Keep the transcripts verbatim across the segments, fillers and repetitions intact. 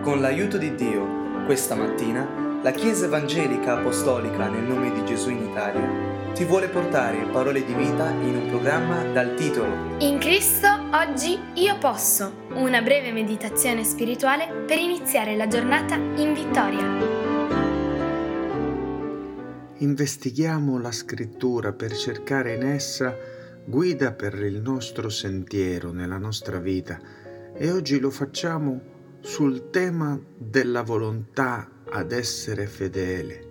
Con l'aiuto di Dio, questa mattina, la Chiesa Evangelica Apostolica nel nome di Gesù in Italia ti vuole portare parole di vita in un programma dal titolo In Cristo oggi io posso, una breve meditazione spirituale per iniziare la giornata in vittoria. Investighiamo la Scrittura per cercare in essa guida per il nostro sentiero nella nostra vita e oggi lo facciamo sul tema della volontà ad essere fedele.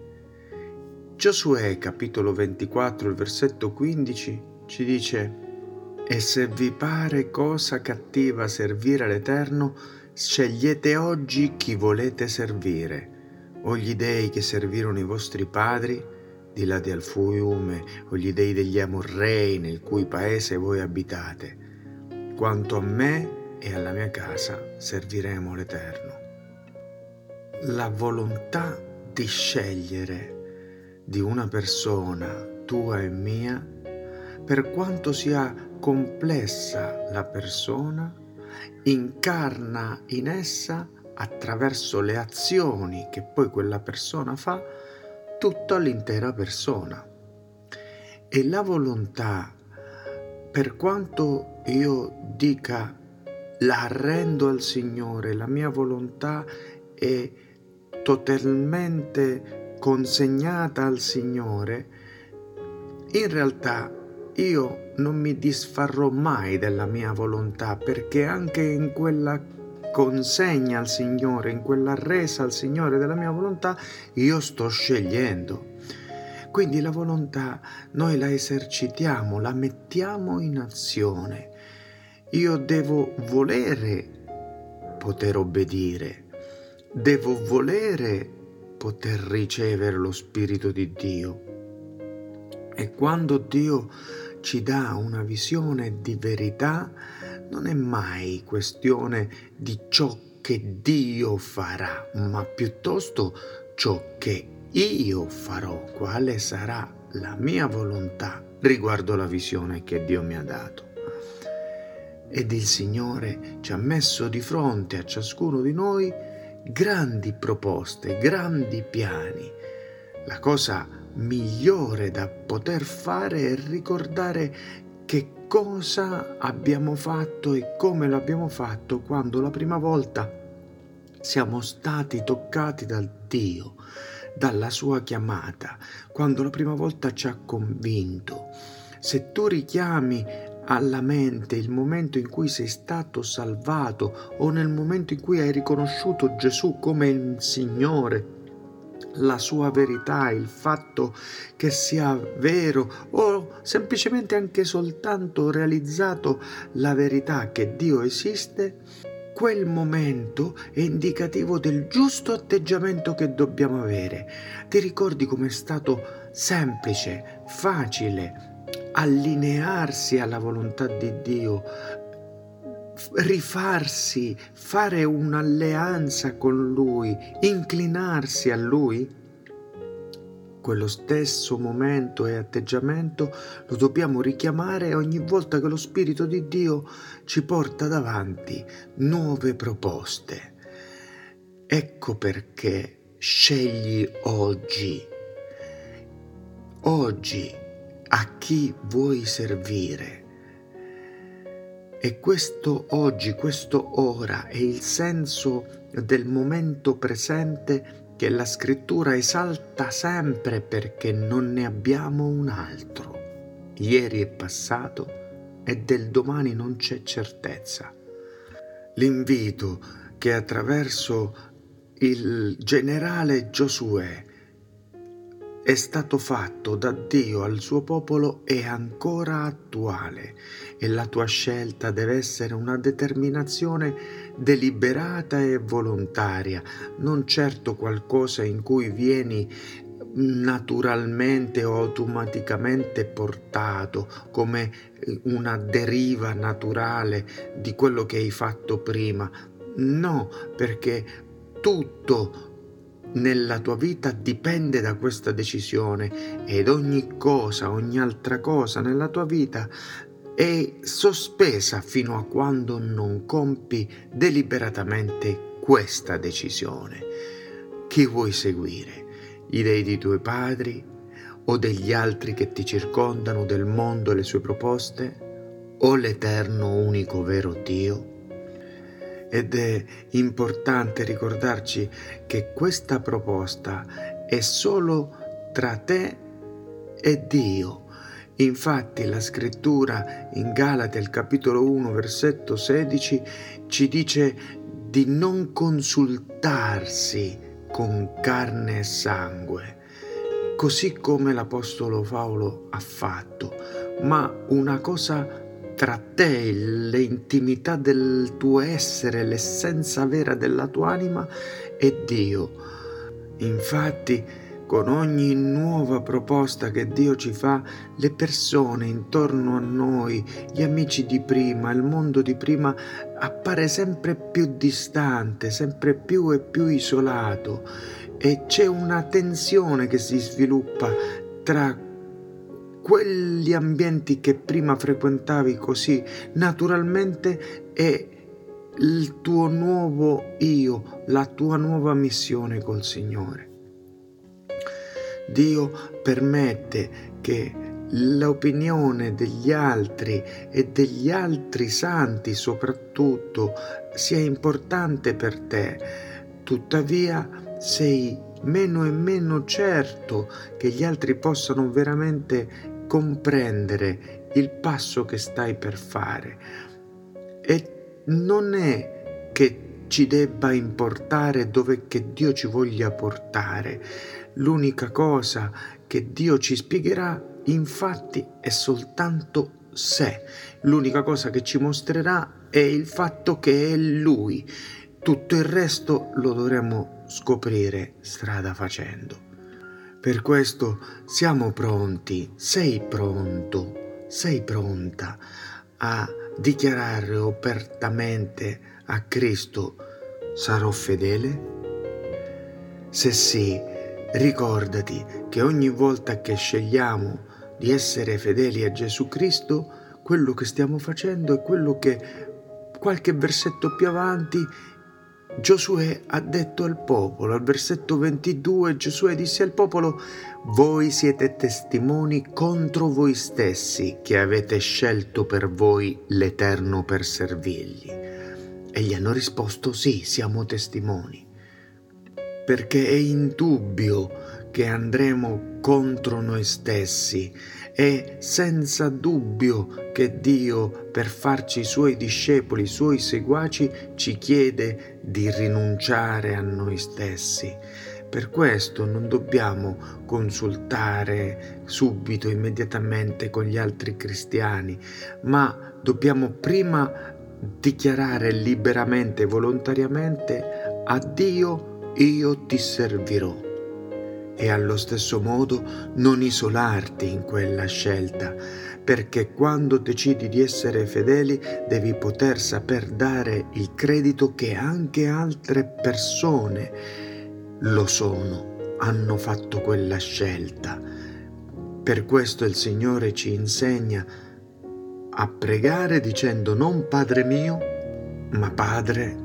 Giosuè capitolo ventiquattro, il versetto quindici ci dice: «E se vi pare cosa cattiva servire all'Eterno, scegliete oggi chi volete servire, o gli dei che servirono i vostri padri, di là del fiume, o gli dei degli Amorrei, nel cui paese voi abitate. Quanto a me e alla mia casa serviremo l'Eterno». La volontà di scegliere di una persona, tua e mia, per quanto sia complessa la persona, incarna in essa, attraverso le azioni che poi quella persona fa, tutta l'intera persona. E la volontà, per quanto io dica la arrendo al Signore, la mia volontà è totalmente consegnata al Signore, in realtà io non mi disfarrò mai della mia volontà, perché anche in quella consegna al Signore, in quella resa al Signore della mia volontà, io sto scegliendo. Quindi la volontà noi la esercitiamo, la mettiamo in azione. Io devo volere poter obbedire, devo volere poter ricevere lo Spirito di Dio. E quando Dio ci dà una visione di verità, non è mai questione di ciò che Dio farà, ma piuttosto ciò che io farò, quale sarà la mia volontà riguardo la visione che Dio mi ha dato. Ed il Signore ci ha messo di fronte a ciascuno di noi grandi proposte, grandi piani. La cosa migliore da poter fare è ricordare che cosa abbiamo fatto e come lo abbiamo fatto quando la prima volta siamo stati toccati dal Dio, dalla sua chiamata, quando la prima volta ci ha convinto. Se tu richiami alla mente il momento in cui sei stato salvato o nel momento in cui hai riconosciuto Gesù come il Signore, la sua verità, il fatto che sia vero o semplicemente anche soltanto realizzato la verità che Dio esiste, quel momento è indicativo del giusto atteggiamento che dobbiamo avere. Ti ricordi com'è stato semplice, facile allinearsi alla volontà di Dio, rifarsi, fare un'alleanza con Lui, inclinarsi a Lui? Quello stesso momento e atteggiamento lo dobbiamo richiamare ogni volta che lo Spirito di Dio ci porta davanti nuove proposte. Ecco perché scegli oggi, oggi a chi vuoi servire. E questo oggi, questo ora è il senso del momento presente che la Scrittura esalta sempre, perché non ne abbiamo un altro. Ieri è passato e del domani non c'è certezza. L'invito che attraverso il generale Giosuè è stato fatto da Dio al suo popolo è ancora attuale e la tua scelta deve essere una determinazione deliberata e volontaria, non certo qualcosa in cui vieni naturalmente o automaticamente portato come una deriva naturale di quello che hai fatto prima. No, perché tutto nella tua vita dipende da questa decisione ed ogni cosa, ogni altra cosa nella tua vita è sospesa fino a quando non compi deliberatamente questa decisione. Chi vuoi seguire? I dei dei tuoi padri o degli altri che ti circondano, del mondo e le sue proposte, o l'eterno unico vero Dio? Ed è importante ricordarci che questa proposta è solo tra te e Dio. Infatti la scrittura in Galati al capitolo uno versetto sedici ci dice di non consultarsi con carne e sangue, così come l'Apostolo Paolo ha fatto, ma una cosa tra te, l'intimità del tuo essere, l'essenza vera della tua anima e Dio. Infatti, con ogni nuova proposta che Dio ci fa, le persone intorno a noi, gli amici di prima, il mondo di prima, appare sempre più distante, sempre più e più isolato, e c'è una tensione che si sviluppa tra quegli ambienti che prima frequentavi così naturalmente e il tuo nuovo io, la tua nuova missione col Signore. Dio permette che l'opinione degli altri e degli altri santi soprattutto sia importante per te, tuttavia sei meno e meno certo che gli altri possano veramente comprendere il passo che stai per fare. E non è che ci debba importare dove che Dio ci voglia portare. L'unica cosa che Dio ci spiegherà, infatti, è soltanto sé. L'unica cosa che ci mostrerà è il fatto che è Lui. Tutto il resto lo dovremo scoprire strada facendo. Per questo siamo pronti, sei pronto, sei pronta a dichiarare apertamente a Cristo: sarò fedele? Se sì, ricordati che ogni volta che scegliamo di essere fedeli a Gesù Cristo, quello che stiamo facendo è quello che qualche versetto più avanti Giosuè ha detto al popolo. Al versetto ventidue Giosuè disse al popolo: voi siete testimoni contro voi stessi che avete scelto per voi l'Eterno per servirgli. E gli hanno risposto: sì, siamo testimoni, perché è indubbio che andremo contro noi stessi. È senza dubbio che Dio, per farci i suoi discepoli, i suoi seguaci, ci chiede di rinunciare a noi stessi. Per questo non dobbiamo consultare subito, immediatamente con gli altri cristiani, ma dobbiamo prima dichiarare liberamente, volontariamente a Dio: io ti servirò. E allo stesso modo non isolarti in quella scelta, perché quando decidi di essere fedeli devi poter saper dare il credito che anche altre persone lo sono, hanno fatto quella scelta. Per questo il Signore ci insegna a pregare dicendo: non Padre mio, ma Padre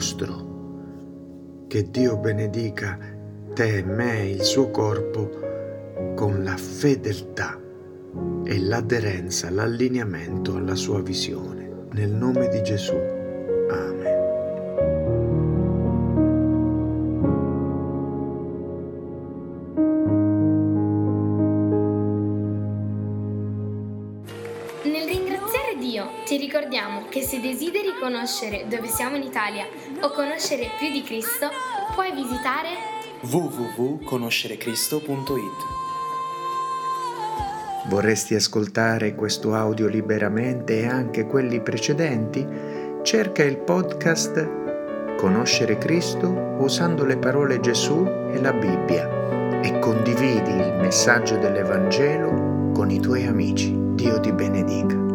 nostro. Che Dio benedica te e me, il suo corpo, con la fedeltà e l'aderenza, l'allineamento alla sua visione. Nel nome di Gesù. Amen. Nel ringraziare Dio ti ricordiamo che se desideri conoscere dove siamo in Italia o conoscere più di Cristo, puoi visitare w w w punto conoscere cristo punto i t. Vorresti ascoltare questo audio liberamente e anche quelli precedenti? Cerca il podcast Conoscere Cristo usando le parole Gesù e la Bibbia e condividi il messaggio dell'Evangelo con i tuoi amici. Dio ti benedica.